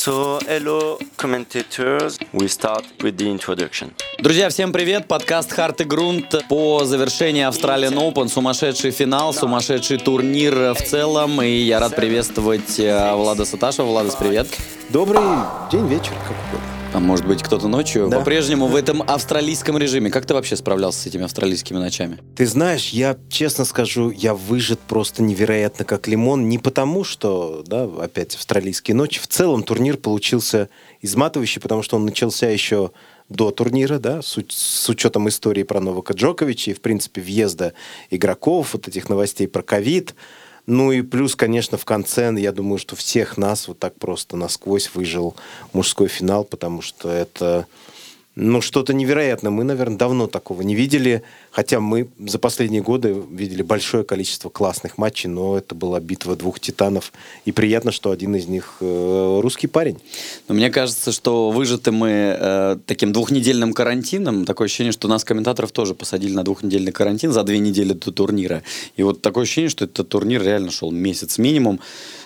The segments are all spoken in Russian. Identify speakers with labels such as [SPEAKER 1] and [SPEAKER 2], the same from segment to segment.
[SPEAKER 1] So, hello, commentators. We start with the introduction.
[SPEAKER 2] Друзья, всем привет! Подкаст «Харт и Грунт» по завершении Australian Open. Сумасшедший финал, сумасшедший турнир в целом. И я рад приветствовать Владаса Ташева. Владас, привет!
[SPEAKER 3] Добрый день, вечер, как угодно.
[SPEAKER 2] А может быть, кто-то ночью?
[SPEAKER 3] Да.
[SPEAKER 2] По-прежнему в этом австралийском режиме. Как ты вообще справлялся с этими австралийскими ночами?
[SPEAKER 3] Ты знаешь, я честно скажу, я выжат просто невероятно как лимон. Не потому, что, да, опять австралийские ночи. В целом турнир получился изматывающий, потому что он начался еще до турнира, да, с учетом истории про Новака Джоковича и, в принципе, въезда игроков, вот этих новостей про ковид. Ну и плюс, конечно, в конце, я думаю, что всех нас вот так просто насквозь выжил мужской финал, потому что это, ну, что-то невероятное. Мы, наверное, давно такого не видели, хотя мы за последние годы видели большое количество классных матчей, но это была битва двух титанов, и приятно, что один из них русский парень.
[SPEAKER 2] Но мне кажется, что выжаты мы таким двухнедельным карантином. Такое ощущение, что нас, комментаторов, тоже посадили на двухнедельный карантин за 2 недели до турнира. И вот такое ощущение, что этот турнир реально шел месяц минимум.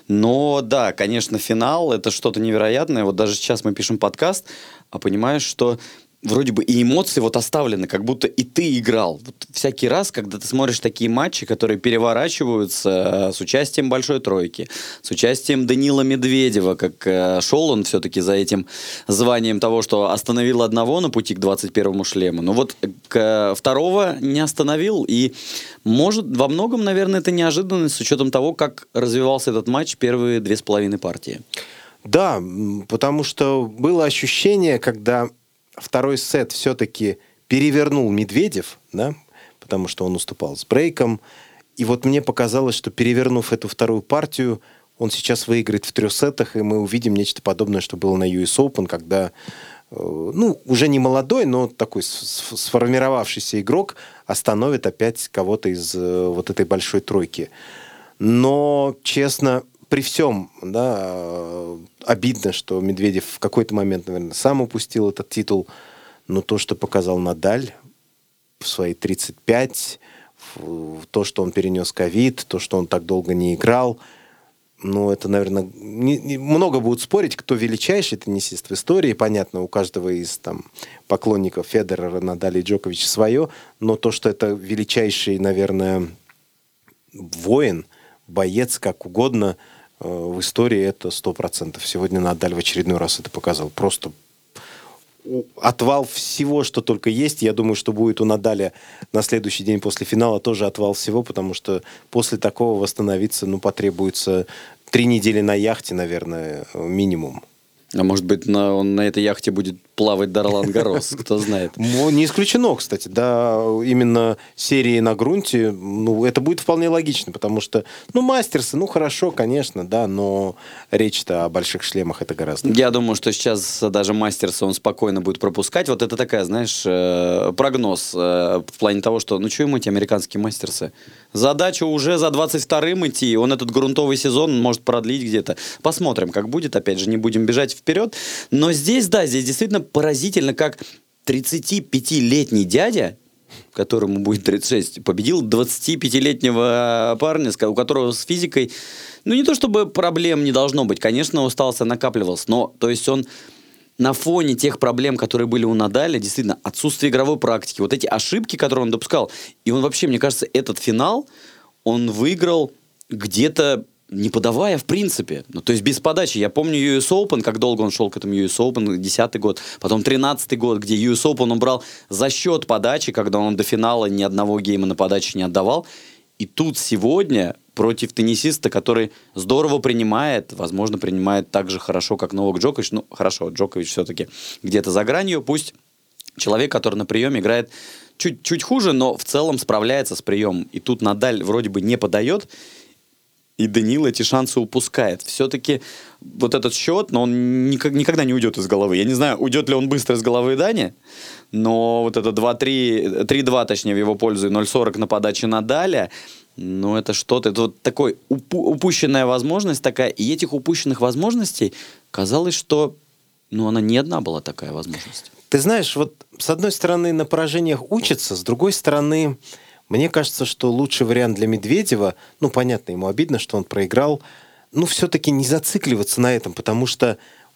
[SPEAKER 2] Но да, конечно, финал — это что-то невероятное. Вот даже сейчас мы пишем подкаст, а понимаешь, что вроде бы и эмоции вот оставлены, как будто и ты играл. Вот всякий раз, когда ты смотришь такие матчи, которые переворачиваются с участием Большой Тройки, с участием Данила Медведева, как шел он все-таки за этим званием того, что остановил одного на пути к 21-му шлему, но вот второго не остановил, и может во многом, наверное, это неожиданность с учетом того, как развивался этот матч первые 2,5 партии.
[SPEAKER 3] Да, потому что было ощущение, когда второй сет все-таки перевернул Медведев, да, потому что он уступал с брейком. И вот мне показалось, что перевернув эту вторую партию, он сейчас выиграет в 3 сетах, и мы увидим нечто подобное, что было на US Open, когда, ну, уже не молодой, но такой сформировавшийся игрок остановит опять кого-то из вот этой большой тройки. Но, честно, при всем, да, обидно, что Медведев в какой-то момент, наверное, сам упустил этот титул, но то, что показал Надаль в свои 35, то, что он перенес ковид, то, что он так долго не играл, ну, это, наверное, много будут спорить, кто величайший теннисист в истории. Понятно, у каждого из там поклонников Федерера, Надаля и Джоковича свое, но то, что это величайший, наверное, воин, боец, как угодно, в истории, это 100%. Сегодня Надаль в очередной раз это показал. Просто отвал всего, что только есть. Я думаю, что будет у Надаля на следующий день после финала тоже отвал всего, потому что после такого восстановиться, ну, потребуется 3 недели на яхте, наверное, минимум.
[SPEAKER 2] А может быть, он на этой яхте будет плавать до Ролан-Гаррос, кто знает.
[SPEAKER 3] Не исключено, кстати, да, именно серии на грунте, ну, это будет вполне логично, потому что, ну, мастерсы, ну, хорошо, конечно, да, но речь-то о больших шлемах это гораздо.
[SPEAKER 2] Я думаю, что сейчас даже мастерса он спокойно будет пропускать. Вот это такая, знаешь, прогноз в плане того, что, ну, что ему эти американские мастерсы? Задача уже за 22-м идти, он этот грунтовый сезон может продлить где-то. Посмотрим, как будет, опять же, не будем бежать вперед. Но здесь, да, здесь действительно поразительно, как 35-летний дядя, которому будет 36, победил 25-летнего парня, у которого с физикой, ну, не то чтобы проблем не должно быть, конечно, усталость накапливалась, но, то есть он на фоне тех проблем, которые были у Надаля, действительно, отсутствие игровой практики, вот эти ошибки, которые он допускал, и он вообще, мне кажется, этот финал он выиграл где-то не подавая, в принципе. Ну, то есть без подачи. Я помню US Open, как долго он шел к этому US Open, 10-й год, потом 13-й год, где US Open он брал за счет подачи, когда он до финала ни одного гейма на подаче не отдавал. И тут сегодня против теннисиста, который здорово принимает, возможно, принимает так же хорошо, как Новак Джокович. Ну, хорошо, Джокович все-таки где-то за гранью. Пусть человек, который на приеме играет чуть хуже, но в целом справляется с приемом. И тут Надаль вроде бы не подает, и Данил эти шансы упускает. Все-таки вот этот счет, но он никогда не уйдет из головы. Я не знаю, уйдет ли он быстро из головы Дани, но вот это 2-3, 3-2, точнее, в его пользу, и 0-40 на подаче Надаля, ну, это что-то, это вот такой упущенная возможность такая, и этих упущенных возможностей казалось, что, ну, она не одна была такая возможность.
[SPEAKER 3] Ты знаешь, вот с одной стороны на поражениях учатся, с другой стороны, мне кажется, что лучший вариант для Медведева, ну, понятно, ему обидно, что он проиграл, ну, все-таки не зацикливаться на этом, потому что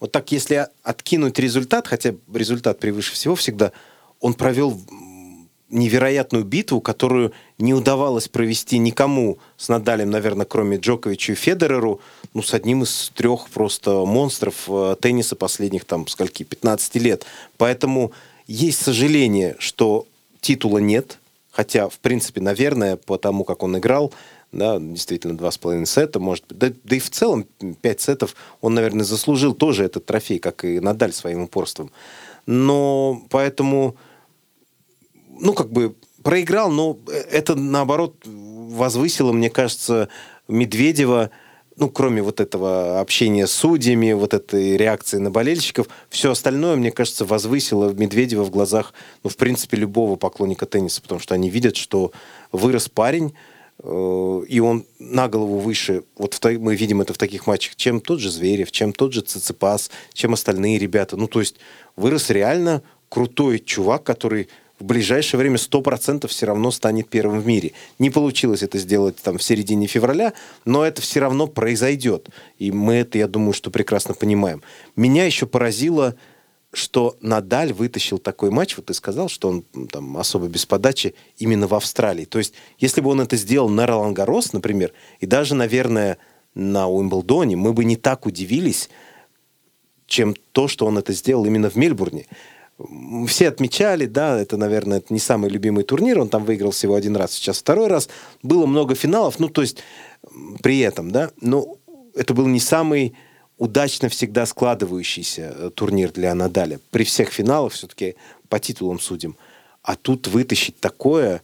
[SPEAKER 3] вот так, если откинуть результат, хотя результат превыше всего всегда, он провел невероятную битву, которую не удавалось провести никому с Надалем, наверное, кроме Джоковича и Федереру, ну, с одним из 3 просто монстров тенниса последних, там, скольки, 15 лет. Поэтому есть сожаление, что титула нет, хотя, в принципе, наверное, по тому, как он играл, да, действительно, 2,5 сета, может быть, да и в целом 5 сетов он, наверное, заслужил тоже этот трофей, как и Надаль своим упорством. Но поэтому, ну, как бы проиграл, но это, наоборот, возвысило, мне кажется, Медведева, ну, кроме вот этого общения с судьями, вот этой реакции на болельщиков, все остальное, мне кажется, возвысило Медведева в глазах, ну, в принципе, любого поклонника тенниса, потому что они видят, что вырос парень, и он на голову выше, вот мы видим это в таких матчах, чем тот же Зверев, чем тот же Циципас, чем остальные ребята. Ну, то есть вырос реально крутой чувак, который в ближайшее время 100% все равно станет первым в мире. Не получилось это сделать там в середине февраля, но это все равно произойдет. И мы это, я думаю, что прекрасно понимаем. Меня еще поразило, что Надаль вытащил такой матч, вот ты сказал, что он там особо без подачи именно в Австралии. То есть, если бы он это сделал на Ролан-Гаррос, например, и даже, наверное, на Уимблдоне, мы бы не так удивились, чем то, что он это сделал именно в Мельбурне. Все отмечали, да, это, наверное, это не самый любимый турнир, он там выиграл всего 1 раз, сейчас 2-й раз. Было много финалов, ну, то есть, при этом, да, но это был не самый удачно всегда складывающийся турнир для Надаля. При всех финалах все-таки по титулам судим. А тут вытащить такое,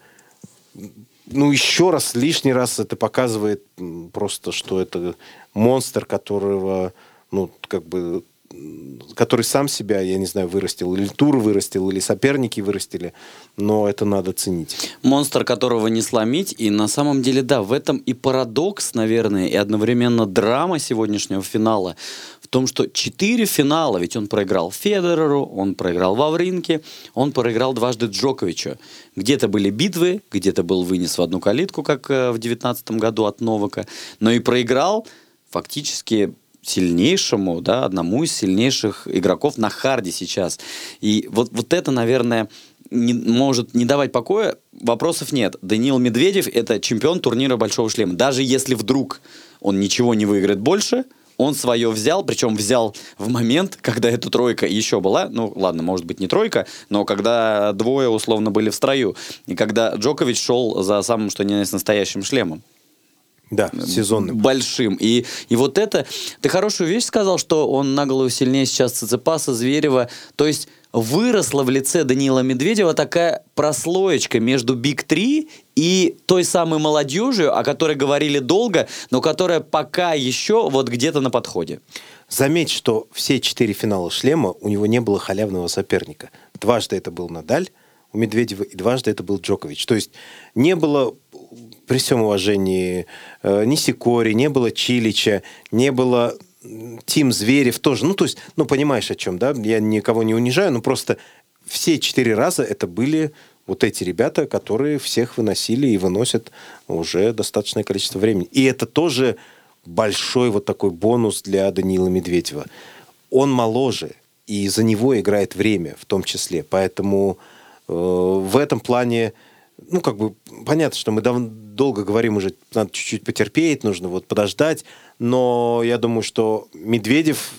[SPEAKER 3] ну, еще раз, лишний раз это показывает просто, что это монстр, которого, ну, как бы, который сам себя, я не знаю, вырастил, или тур вырастил, или соперники вырастили, но это надо ценить.
[SPEAKER 2] Монстр, которого не сломить, и на самом деле, да, в этом и парадокс, наверное, и одновременно драма сегодняшнего финала, в том, что 4 финала, ведь он проиграл Федереру, он проиграл Вавринке, он проиграл дважды Джоковичу. Где-то были битвы, где-то был вынес в одну калитку, как в 2019 году от Новака, но и проиграл фактически сильнейшему, да, одному из сильнейших игроков на харде сейчас. И вот это, наверное, может не давать покоя. Вопросов нет. Даниил Медведев — это чемпион турнира «Большого шлема». Даже если вдруг он ничего не выиграет больше, он свое взял, причем взял в момент, когда эта тройка еще была, ну ладно, может быть не тройка, но когда двое условно были в строю, и когда Джокович шел за самым, что ни на есть, настоящим шлемом.
[SPEAKER 3] Да, сезонным.
[SPEAKER 2] Большим. И вот это... Ты хорошую вещь сказал, что он на голову сильнее сейчас Циципаса, Зверева. То есть выросла в лице Даниила Медведева такая прослоечка между Биг 3 и той самой молодежью, о которой говорили долго, но которая пока еще вот где-то на подходе.
[SPEAKER 3] Заметь, что все 4 финала шлема у него не было халявного соперника. Дважды это был Надаль у Медведева, и дважды это был Джокович. То есть не было, при всем уважении, Нисикори, не было Чилича, не было Тим Зверев тоже. Ну, то есть, ну, понимаешь, о чем, да? Я никого не унижаю, но просто все 4 раза это были вот эти ребята, которые всех выносили и выносят уже достаточное количество времени. И это тоже большой вот такой бонус для Даниила Медведева. Он моложе, и за него играет время в том числе. Поэтому в этом плане, ну, как бы, понятно, что мы долго говорим уже, надо чуть-чуть потерпеть, нужно вот подождать, но я думаю, что Медведев,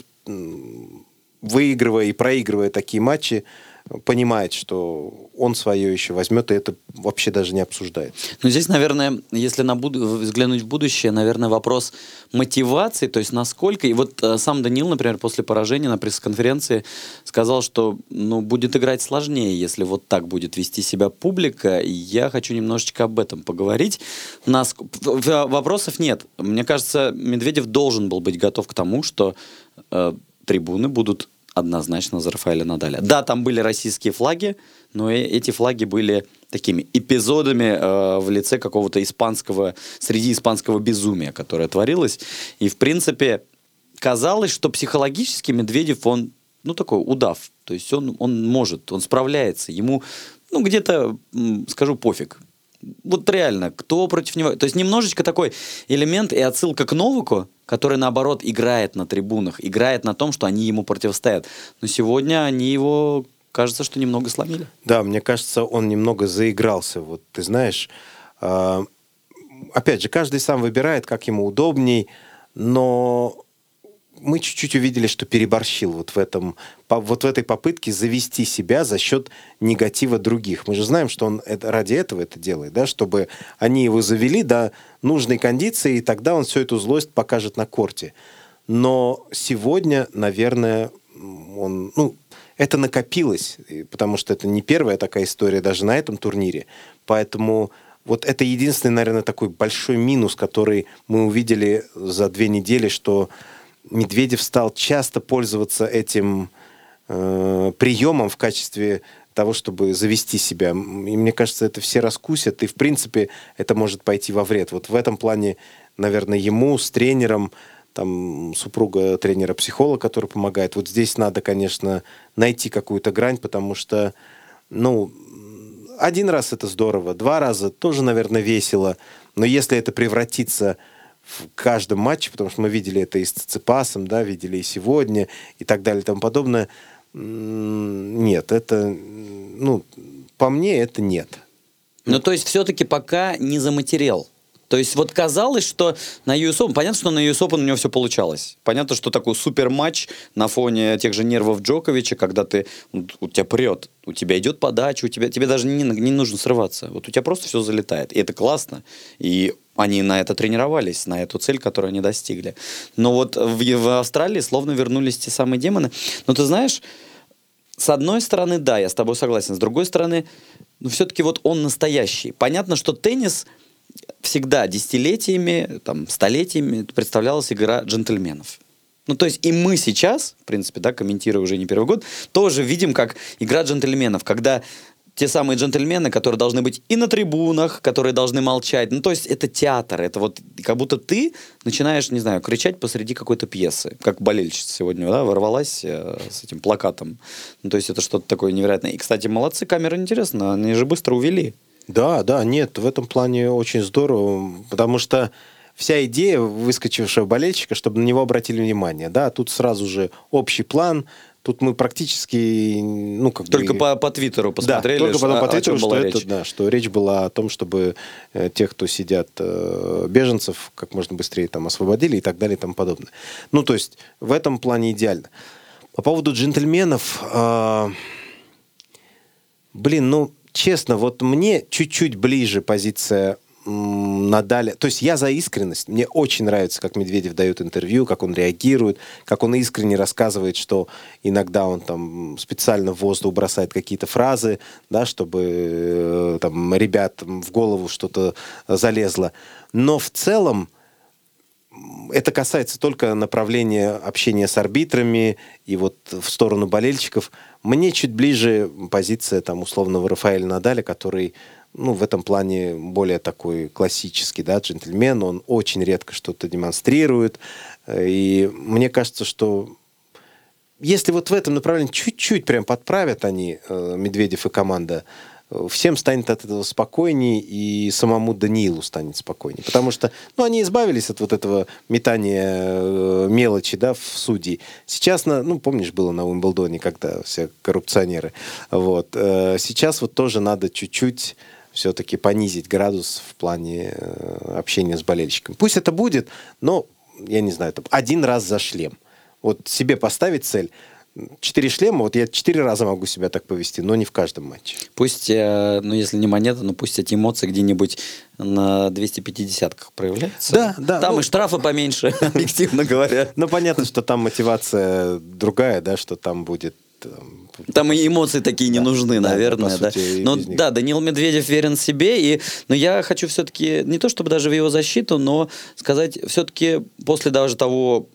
[SPEAKER 3] выигрывая и проигрывая такие матчи, понимает, что он свое еще возьмет, и это вообще даже не обсуждается.
[SPEAKER 2] Ну, здесь, наверное, если взглянуть в будущее, наверное, вопрос мотивации, то есть насколько... И вот сам Даниил, например, после поражения на пресс-конференции сказал, что, ну, будет играть сложнее, если вот так будет вести себя публика. И я хочу немножечко об этом поговорить. Вопросов нет. Мне кажется, Медведев должен был быть готов к тому, что трибуны будут однозначно за Рафаэля Надаля. Да, там были российские флаги, но эти флаги были такими эпизодами в лице какого-то среди испанского безумия, которое творилось. И, в принципе, казалось, что психологически Медведев, он, ну, такой удав. То есть он может, он справляется. Ему, ну, где-то, скажу, пофиг. Вот реально, кто против него? То есть немножечко такой элемент и отсылка к Новаку, который, наоборот, играет на трибунах, играет на том, что они ему противостоят. Но сегодня они его, кажется, что немного сломили.
[SPEAKER 3] Да, мне кажется, он немного заигрался. Вот ты знаешь, опять же, каждый сам выбирает, как ему удобней, но мы чуть-чуть увидели, что переборщил вот в этой попытке завести себя за счет негатива других. Мы же знаем, что он ради этого это делает, да, чтобы они его завели до нужной кондиции, и тогда он всю эту злость покажет на корте. Но сегодня, наверное, это накопилось, потому что это не первая такая история даже на этом турнире. Поэтому вот это единственный, наверное, такой большой минус, который мы увидели за 2 недели, что Медведев стал часто пользоваться этим приемом в качестве того, чтобы завести себя. И мне кажется, это все раскусят, и, в принципе, это может пойти во вред. Вот в этом плане, наверное, ему с тренером, там, супруга тренера-психолога, который помогает, вот здесь надо, конечно, найти какую-то грань, потому что, 1 раз это здорово, 2 раза тоже, наверное, весело, но если это превратится в каждом матче, потому что мы видели это и с Циципасом, да, видели и сегодня, и так далее, и тому подобное. Нет, это, по мне, это нет.
[SPEAKER 2] То есть все-таки пока не заматерел. То есть вот казалось, что на US Open, понятно, что на US Open у него все получалось. Понятно, что такой суперматч на фоне тех же нервов Джоковича, когда у тебя прет, у тебя идет подача, тебе даже не нужно срываться. Вот у тебя просто все залетает. И это классно. И они на это тренировались, на эту цель, которую они достигли. Но вот в Австралии словно вернулись те самые демоны. Но ты знаешь, с одной стороны, да, я с тобой согласен. С другой стороны, все-таки вот он настоящий. Понятно, что теннис всегда десятилетиями, столетиями представлялась игра джентльменов. То есть и мы сейчас, в принципе, да, комментируя уже не первый год, тоже видим, как игра джентльменов, когда те самые джентльмены, которые должны быть и на трибунах, которые должны молчать. То есть это театр, это вот как будто ты начинаешь, не знаю, кричать посреди какой-то пьесы, как болельщица сегодня, да, ворвалась с этим плакатом. То есть это что-то такое невероятное. И, кстати, молодцы, камеры, интересно, они же быстро увели.
[SPEAKER 3] Да, нет, в этом плане очень здорово, потому что вся идея выскочившего болельщика, чтобы на него обратили внимание, да, тут сразу же общий план, тут мы практически,
[SPEAKER 2] Только по Твиттеру посмотрели,
[SPEAKER 3] да, только потом по Твиттеру,
[SPEAKER 2] что речь.
[SPEAKER 3] Что речь была о том, чтобы тех, кто сидят, беженцев, как можно быстрее там освободили и так далее и тому подобное. То есть в этом плане идеально. По поводу джентльменов, честно, вот мне чуть-чуть ближе позиция Надаля. То есть я за искренность. Мне очень нравится, как Медведев дает интервью, как он реагирует, как он искренне рассказывает, что иногда он там специально в воздух бросает какие-то фразы, да, чтобы там ребятам в голову что-то залезло. Но в целом это касается только направления общения с арбитрами и вот в сторону болельщиков. Мне чуть ближе позиция условного Рафаэля Надаля, который в этом плане более такой классический, да, джентльмен. Он очень редко что-то демонстрирует. И мне кажется, что если вот в этом направлении чуть-чуть прям подправят они, Медведев и команда, всем станет от этого спокойнее, и самому Даниилу станет спокойнее. Потому что, они избавились от вот этого метания мелочи, да, в судей. Сейчас, помнишь, было на Уимблдоне, когда все коррупционеры. Вот. Сейчас вот тоже надо чуть-чуть все-таки понизить градус в плане общения с болельщиком. Пусть это будет, но, я не знаю, 1 раз за шлем. Вот себе поставить цель. 4 шлема, вот я 4 раза могу себя так повести, но не в каждом матче.
[SPEAKER 2] Пусть, если не монета, пусть эти эмоции где-нибудь на 250-ках проявляются.
[SPEAKER 3] Да.
[SPEAKER 2] Там и штрафы поменьше, объективно говоря.
[SPEAKER 3] Понятно, что там мотивация другая, да, что там будет...
[SPEAKER 2] Там и эмоции такие не нужны, наверное. Да. Но да, Даниил Медведев верен себе, но я хочу все-таки, не то чтобы даже в его защиту, но сказать, все-таки после даже того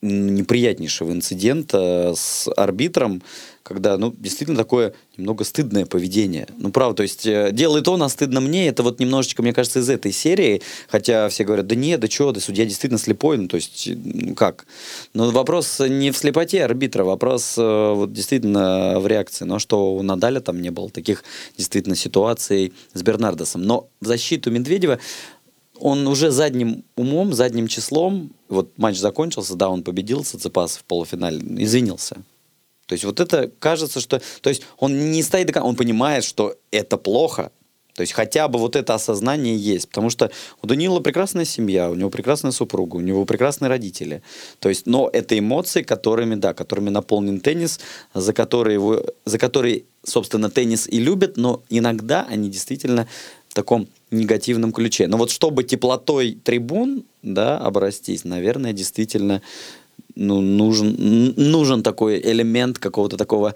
[SPEAKER 2] неприятнейшего инцидента с арбитром, когда, ну, действительно такое немного стыдное поведение. Ну, правда, то есть делает он, а стыдно мне. Это вот немножечко, мне кажется, из этой серии. Хотя все говорят, да нет, да что, да судья действительно слепой. Ну, то есть, ну, как? Но вопрос не в слепоте арбитра, вопрос вот действительно в реакции. Но что у Надаля там не было таких действительно ситуаций с Бернардесом. Но в защиту Медведева он уже задним умом, задним числом, вот матч закончился, да, он победил Циципас в полуфинале, извинился. То есть вот это кажется, что... То есть он не стоит до конца, он понимает, что это плохо. То есть хотя бы вот это осознание есть. Потому что у Даниила прекрасная семья, у него прекрасная супруга, у него прекрасные родители. То есть, но это эмоции, которыми, да, которыми наполнен теннис, за которые, собственно, теннис и любят, но иногда они действительно в таком негативном ключе. Но вот чтобы теплотой трибун, да, обрастись, наверное, действительно нужен такой элемент какого-то такого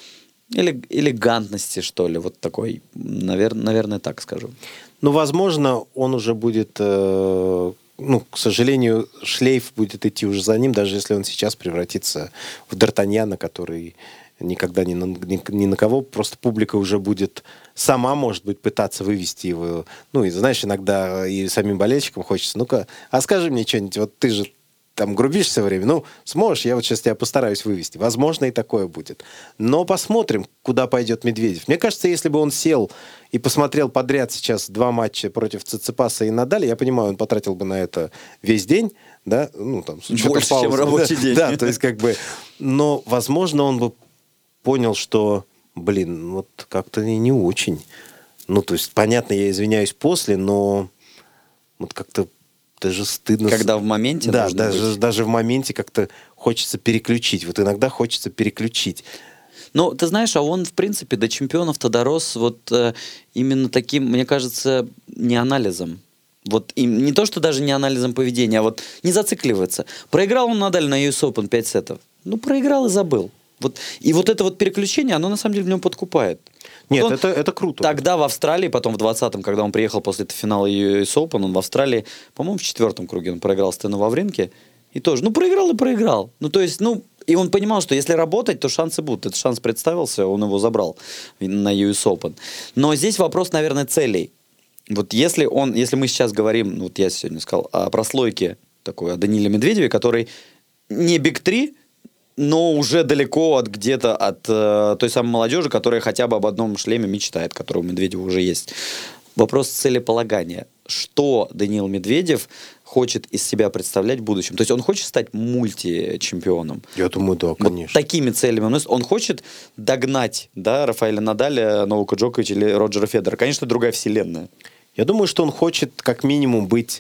[SPEAKER 2] элегантности, что ли, вот такой, наверное, так скажу.
[SPEAKER 3] Ну, возможно, он уже будет, ну, к сожалению, шлейф будет идти уже за ним, даже если он сейчас превратится в Д'Артаньяна, который никогда ни на кого, просто публика уже будет сама, может быть, пытаться вывести его. Ну, и знаешь, иногда и самим болельщикам хочется, ну-ка, а скажи мне что-нибудь, вот ты же там грубишь все время, ну, сможешь, я вот сейчас тебя постараюсь вывести. Возможно, и такое будет. Но посмотрим, куда пойдет Медведев. Мне кажется, если бы он сел и посмотрел подряд сейчас 2 матча против Циципаса и Надаля, я понимаю, он потратил бы на это весь день, да, ну, там, с учетом
[SPEAKER 2] больше,
[SPEAKER 3] паузы.
[SPEAKER 2] чем рабочий день.
[SPEAKER 3] Да, то есть, как бы, но, возможно, он бы понял, что, блин, вот как-то не очень. Ну, то есть, понятно, я извиняюсь после, но вот как-то даже стыдно.
[SPEAKER 2] Когда в моменте?
[SPEAKER 3] Да, даже в моменте как-то хочется переключить. Вот иногда хочется переключить.
[SPEAKER 2] Ну, ты знаешь, а он, в принципе, до чемпионов-то дорос вот именно таким, мне кажется, не анализом. Вот не то, что даже не анализом поведения, а вот не зацикливается. Проиграл он Надаль на US Open 5 сетов. Ну, проиграл и забыл. Вот, и вот это вот переключение, оно на самом деле в нем подкупает.
[SPEAKER 3] Нет,
[SPEAKER 2] вот
[SPEAKER 3] это круто.
[SPEAKER 2] Тогда в Австралии, потом в 20-м, когда он приехал после финала US Open, он в Австралии, по-моему, в 4-м круге он проиграл Стэну Вавринке. И тоже, ну, проиграл и проиграл. Ну, то есть, ну, и он понимал, что если работать, то шансы будут. Этот шанс представился, он его забрал на US Open. Но здесь вопрос, наверное, целей. Вот если мы сейчас говорим, вот я сегодня сказал, о прослойке такой, о Данииле Медведеве, который не Биг 3, но уже далеко от той самой молодежи, которая хотя бы об одном шлеме мечтает, который у Медведева уже есть. Вопрос целеполагания. Что Даниил Медведев хочет из себя представлять в будущем? То есть он хочет стать мультичемпионом?
[SPEAKER 3] Я думаю, да, конечно.
[SPEAKER 2] Вот такими целями. Он хочет догнать, да, Рафаэля Надаля, Новака Джоковича или Роджера Федера. Конечно, другая вселенная.
[SPEAKER 3] Я думаю, что он хочет как минимум быть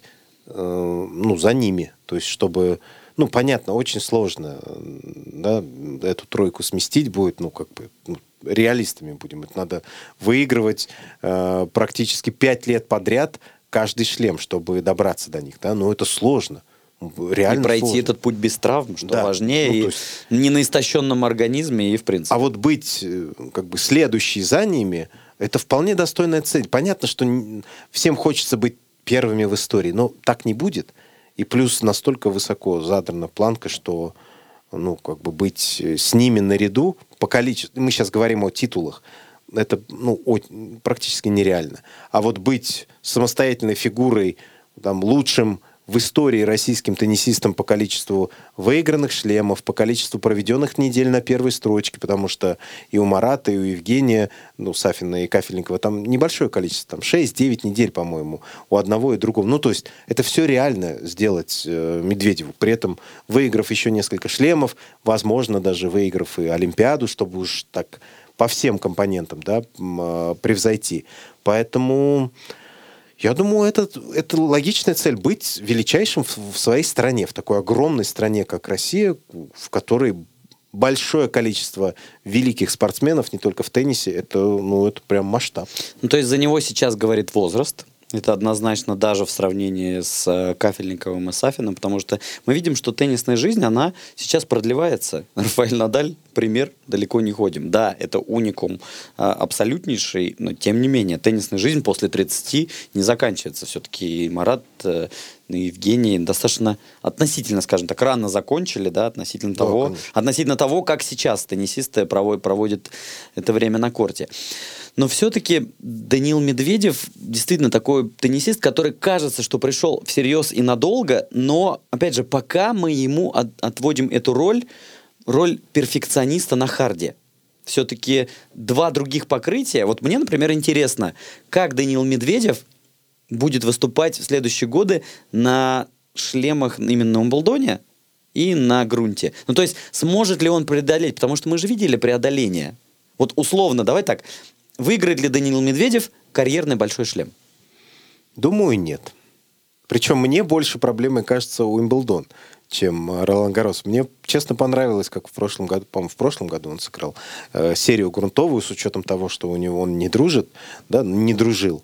[SPEAKER 3] за ними. То есть, чтобы... Ну, понятно, очень сложно, да, эту тройку сместить будет, реалистами будем. Это надо выигрывать практически 5 лет подряд каждый шлем, чтобы добраться до них, да, но это сложно. Реально
[SPEAKER 2] и пройти
[SPEAKER 3] сложно.
[SPEAKER 2] Этот путь без травм, что
[SPEAKER 3] да.
[SPEAKER 2] важнее, и
[SPEAKER 3] есть...
[SPEAKER 2] не на истощенном организме, и в принципе.
[SPEAKER 3] А вот быть следующий за ними, это вполне достойная цель. Понятно, что всем хочется быть первыми в истории, но так не будет. И плюс настолько высоко задрана планка, что быть с ними наряду по количеству... Мы сейчас говорим о титулах. Это практически нереально. А вот быть самостоятельной фигурой, лучшим в истории российским теннисистом по количеству выигранных шлемов, по количеству проведенных недель на первой строчке, потому что и у Марата, и у Евгения, Сафина и Кафельникова, там небольшое количество, 6-9 недель, по-моему, у одного и другого. То есть это все реально сделать Медведеву. При этом выиграв еще несколько шлемов, возможно, даже выиграв и Олимпиаду, чтобы уж так по всем компонентам, да, превзойти. Поэтому... Я думаю, это логичная цель — быть величайшим в своей стране, в такой огромной стране, как Россия, в которой большое количество великих спортсменов, не только в теннисе, это прям масштаб.
[SPEAKER 2] То есть за него сейчас говорит возраст. Это однозначно даже в сравнении с Кафельниковым и Сафиным, потому что мы видим, что теннисная жизнь, она сейчас продлевается. Рафаэль Надаль, пример, далеко не ходим. Да, это уникум абсолютнейший, но тем не менее, теннисная жизнь после 30 не заканчивается. Все-таки и Марат, и Ну, Евгений достаточно относительно, скажем так, рано закончили, да, относительно того, как сейчас теннисисты проводят это время на корте. Но все-таки Даниил Медведев действительно такой теннисист, который кажется, что пришел всерьез и надолго, но, опять же, пока мы ему отводим эту роль перфекциониста на харде. Все-таки два других покрытия. Вот мне, например, интересно, как Даниил Медведев будет выступать в следующие годы на шлемах именно на Уимблдоне и на грунте. Ну, то есть, сможет ли он преодолеть? Потому что мы же видели преодоление. Вот условно, давай так, выиграет ли Даниил Медведев карьерный большой шлем?
[SPEAKER 3] Думаю, нет. Причем мне больше проблемой кажется Уимблдон, чем Ролан-Гаррос. Мне, честно, понравилось, как в прошлом году, по-моему, в прошлом году он сыграл серию грунтовую, с учетом того, что у него он не дружит, да, не дружил.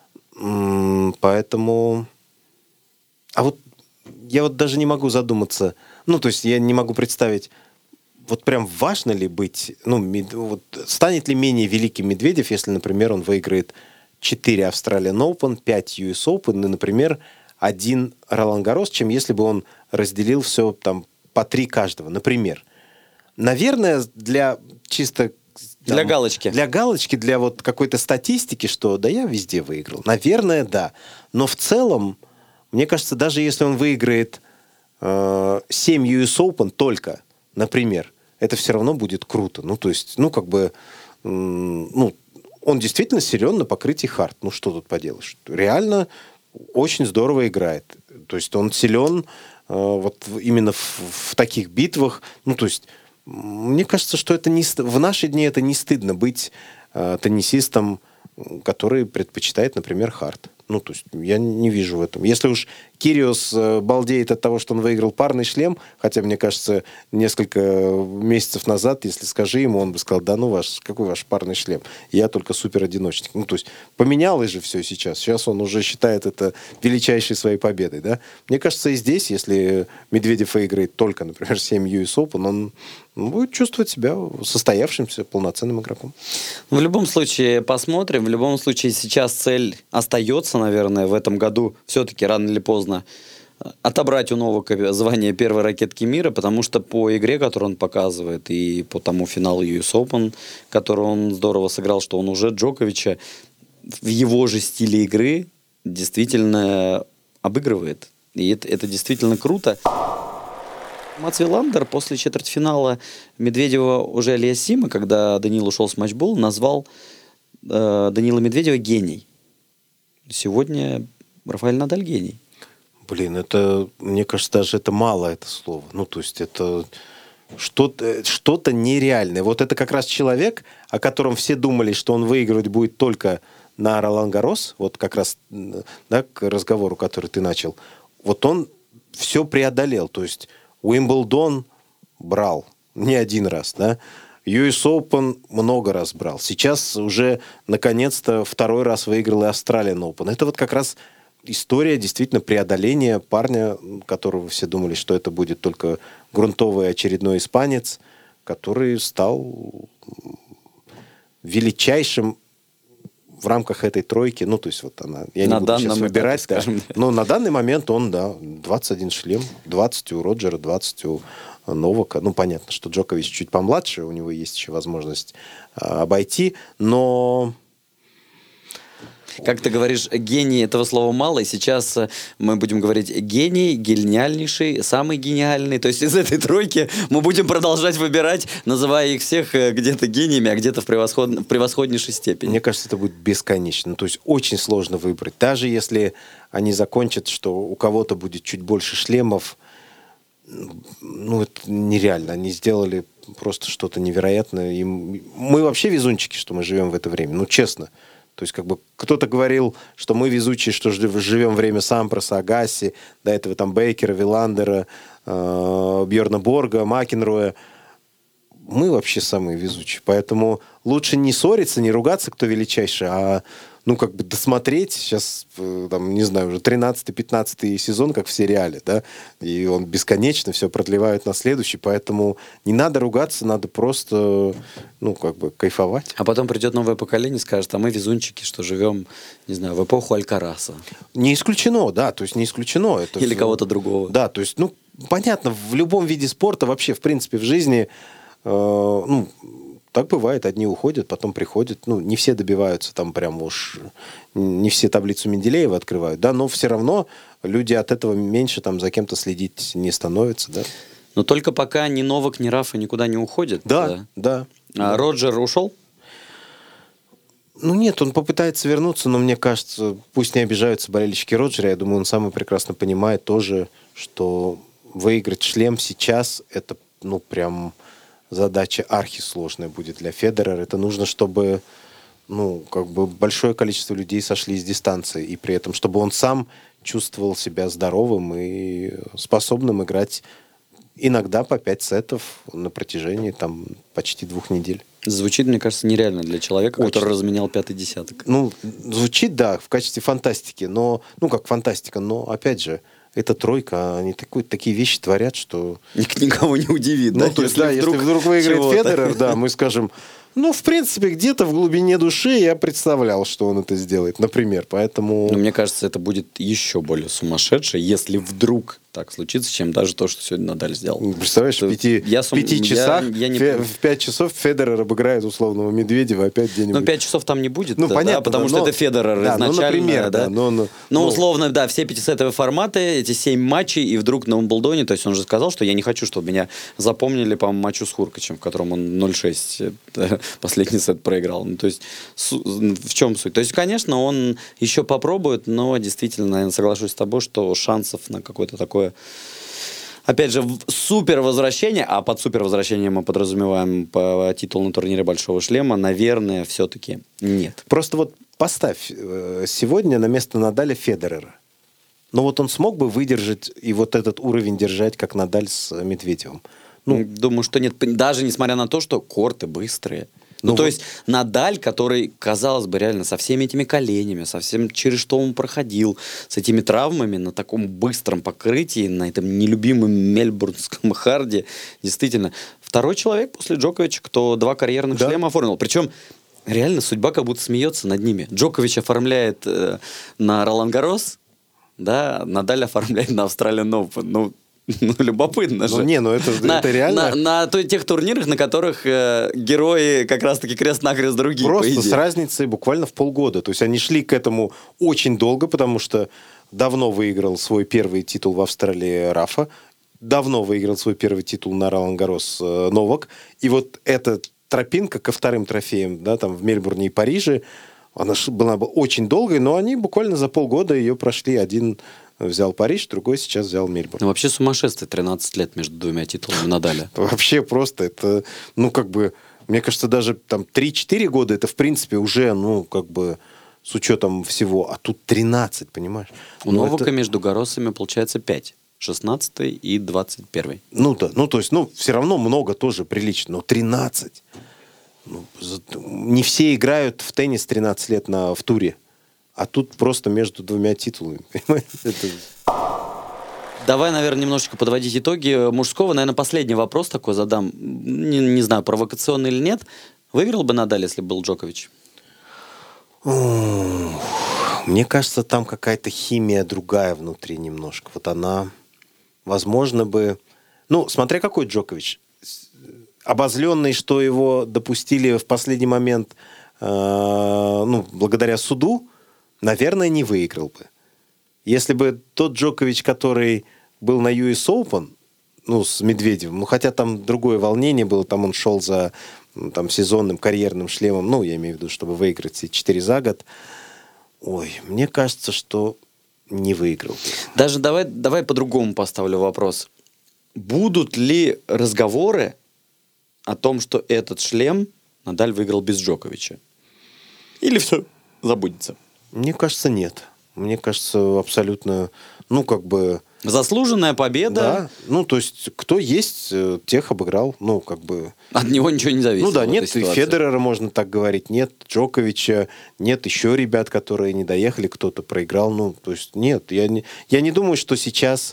[SPEAKER 3] Поэтому... А вот я вот даже не могу задуматься, ну, то есть я не могу представить, вот прям важно ли быть, ну, вот, станет ли менее великим Медведев, если, например, он выиграет 4 Australian Open, 5 US Open и, например, 1 Ролан-Гаррос, чем если бы он разделил все там по 3 каждого, например. Наверное, для чисто... Там,
[SPEAKER 2] для галочки.
[SPEAKER 3] Для галочки, для вот какой-то статистики, что да, я везде выиграл. Наверное, да. Но в целом, мне кажется, даже если он выиграет 7 US Open только, например, это все равно будет круто. Ну, то есть, ну, как бы, ну, он действительно силен на покрытии хард. Ну, что тут поделаешь? Реально очень здорово играет. То есть, он силен вот именно в таких битвах. Ну, то есть, мне кажется, что это не, в наши дни это не стыдно быть теннисистом, который предпочитает, например, хард. Ну, то есть я не вижу в этом. Если уж Кириос балдеет от того, что он выиграл парный шлем, хотя, мне кажется, несколько месяцев назад, если скажи ему, он бы сказал, да ну какой ваш парный шлем? Я только супер-одиночник. Ну, то есть поменялось же все сейчас. Сейчас он уже считает это величайшей своей победой, да? Мне кажется, и здесь, если Медведев выиграет только, например, 7 US Open, он будет чувствовать себя состоявшимся полноценным игроком.
[SPEAKER 2] В любом случае, посмотрим. В любом случае, сейчас цель остается, наверное, в этом году все-таки рано или поздно отобрать у Новака звание первой ракетки мира, потому что по игре, которую он показывает, и по тому финалу US Open, который он здорово сыграл, что он уже Джоковича в его же стиле игры действительно обыгрывает. И это действительно круто. Мац Виландер после четвертьфинала Медведева уже Алиассима, когда Даниил ушел с матчбола, назвал Даниила Медведева гений. Сегодня Рафаэль Надаль гений.
[SPEAKER 3] Блин, это, мне кажется, даже это мало, это слово. Ну, то есть это что-то нереальное. Вот это как раз человек, о котором все думали, что он выигрывать будет только на Ролан-Гаррос, вот как раз, да, к разговору, который ты начал, вот он все преодолел. То есть Уимблдон брал не один раз, да, US Open много раз брал. Сейчас уже, наконец-то, второй раз выиграл и Australian Open. Это вот как раз история действительно преодоления парня, которого все думали, что это будет только грунтовый очередной испанец, который стал величайшим в рамках этой тройки. Ну, то есть вот она... Я не буду сейчас выбирать. Да. Но на данный момент он, да, 21 шлем, 20 у Роджера, 20 у Новака. Ну, понятно, что Джокович чуть помладше, у него есть еще возможность обойти, но...
[SPEAKER 2] Как ты говоришь, гений, этого слова мало, и сейчас мы будем говорить гений, гениальнейший, самый гениальный. То есть из этой тройки мы будем продолжать выбирать, называя их всех где-то гениями, а где-то в превосходнейшей степени.
[SPEAKER 3] Мне кажется, это будет бесконечно. То есть очень сложно выбрать. Даже если они закончат, что у кого-то будет чуть больше шлемов, ну, это нереально. Они сделали просто что-то невероятное. И мы вообще везунчики, что мы живем в это время. Ну, честно. То есть, как бы, кто-то говорил, что мы везучие, что живем время Сампроса, Агаси, до этого там Бейкера, Виландера, Бьерна Борга, Макенроя. мы вообще самые везучие. Поэтому лучше не ссориться, не ругаться, кто величайший, а как бы досмотреть. Сейчас, там, не знаю, уже 13-15 сезон, как в сериале, да, и он бесконечно все продлевают на следующий, поэтому не надо ругаться, надо просто, как бы кайфовать.
[SPEAKER 2] А потом придет новое поколение и скажет, а мы везунчики, что живем, не знаю, в эпоху Алькараса.
[SPEAKER 3] Не исключено, да, то есть не исключено. Это
[SPEAKER 2] Или кого-то другого.
[SPEAKER 3] Да, то есть, понятно, в любом виде спорта, вообще, в принципе, в жизни, так бывает, одни уходят, потом приходят, не все добиваются там прям уж, не все таблицу Менделеева открывают, да, но все равно люди от этого меньше там за кем-то следить не становятся, да.
[SPEAKER 2] Но только пока ни Новак, ни Рафа никуда не уходят.
[SPEAKER 3] Да.
[SPEAKER 2] А Роджер ушел?
[SPEAKER 3] Нет, он попытается вернуться, но мне кажется, пусть не обижаются болельщики Роджера, я думаю, он сам прекрасно понимает тоже, что выиграть шлем сейчас, это, прям задача архисложная будет для Федерера. Это нужно, чтобы, как бы большое количество людей сошли с дистанции, и при этом, чтобы он сам чувствовал себя здоровым и способным играть иногда по 5 сетов на протяжении там почти 2 недель.
[SPEAKER 2] Звучит, мне кажется, нереально для человека,
[SPEAKER 3] Очень.
[SPEAKER 2] который разменял 5-й десяток.
[SPEAKER 3] Звучит, да, в качестве фантастики, но, как фантастика, но, опять же, это тройка, они такие вещи творят, что...
[SPEAKER 2] Никого не удивит, да?
[SPEAKER 3] То есть, если вдруг выиграет
[SPEAKER 2] чего-то.
[SPEAKER 3] Федерер, да, мы скажем, в принципе, где-то в глубине души я представлял, что он это сделает, например, поэтому...
[SPEAKER 2] Но мне кажется, это будет еще более сумасшедше, если вдруг так случится, чем даже то, что сегодня Надаль сделал.
[SPEAKER 3] Представляешь, в 5 часах, в 5 часов Федерер обыграет условного Медведева опять где-нибудь.
[SPEAKER 2] Но 5 часов там не будет,
[SPEAKER 3] понятно,
[SPEAKER 2] потому что это Федерер изначально.
[SPEAKER 3] Например, да.
[SPEAKER 2] Условно, да, все 5-сетовые форматы, эти 7 матчей, и вдруг на Умблдоне, то есть он же сказал, что я не хочу, чтобы меня запомнили по матчу с Хуркачем, в котором он 0-6 последний сет проиграл. То есть в чем суть? То есть, конечно, он еще попробует, но действительно, наверное, соглашусь с тобой, что шансов на какое-то такое, опять же, супер возвращение, а под супер возвращением мы подразумеваем по титулу на турнире Большого Шлема, наверное, все-таки нет.
[SPEAKER 3] Просто вот поставь сегодня на место Надаля Федерера. Но вот он смог бы выдержать и вот этот уровень держать, как Надаль с Медведевым?
[SPEAKER 2] Думаю, что нет. Даже несмотря на то, что корты быстрые. То есть Надаль, который, казалось бы, реально со всеми этими коленями, со всем, через что он проходил, с этими травмами на таком быстром покрытии, на этом нелюбимом мельбурнском харде, действительно, второй человек после Джоковича, кто 2 карьерных шлема оформил. Причем реально судьба как будто смеется над ними. Джокович оформляет на Ролан-Гаррос, да, Надаль оформляет на Австралиан Оупен. Любопытно же.
[SPEAKER 3] Это реально.
[SPEAKER 2] На тех турнирах, на которых герои как раз-таки крест-накрест другие.
[SPEAKER 3] Просто с разницей буквально в полгода. То есть они шли к этому очень долго, потому что давно выиграл свой первый титул в Австралии Рафа, давно выиграл свой первый титул на Ролан-Гаррос Новак. И вот эта тропинка ко вторым трофеям, да, там в Мельбурне и Париже, она была бы очень долгой, но они буквально за полгода ее прошли. Один взял Париж, другой сейчас взял Мельбурн.
[SPEAKER 2] Вообще сумасшествие, 13 лет между 2 титулами Надаля.
[SPEAKER 3] Вообще просто это, мне кажется, даже там 3-4 года это, в принципе, уже, с учетом всего. А тут 13, понимаешь?
[SPEAKER 2] У Новака между Гарросами получается 5. 16 и 21.
[SPEAKER 3] То есть, все равно много тоже прилично, но 13. Не все играют в теннис 13 лет в туре. А тут просто между 2 титулами.
[SPEAKER 2] Давай, наверное, немножечко подводить итоги мужского. Наверное, последний вопрос такой задам. Не знаю, провокационный или нет. Выиграл бы Надаль, если был Джокович?
[SPEAKER 3] Мне кажется, там какая-то химия другая внутри немножко. Вот она, возможно бы... смотря какой Джокович. Обозленный, что его допустили в последний момент, благодаря суду, наверное, не выиграл бы. Если бы тот Джокович, который был на US Open, с Медведевым, хотя там другое волнение было, там он шел за сезонным карьерным шлемом, я имею в виду, чтобы выиграть все 4 за год. Мне кажется, что не выиграл.
[SPEAKER 2] Даже давай по-другому поставлю вопрос. Будут ли разговоры о том, что этот шлем Надаль выиграл без Джоковича? Или все забудется?
[SPEAKER 3] Мне кажется, нет. Мне кажется, абсолютно,
[SPEAKER 2] Заслуженная победа.
[SPEAKER 3] Да, ну, то есть, кто есть, тех обыграл, ну, как бы...
[SPEAKER 2] От него ничего не зависит.
[SPEAKER 3] Ну да,
[SPEAKER 2] в этой
[SPEAKER 3] нет
[SPEAKER 2] ситуации.
[SPEAKER 3] Федерера, можно так говорить, нет Джоковича, нет еще ребят, которые не доехали, кто-то проиграл, ну, то есть, нет, я не думаю, что сейчас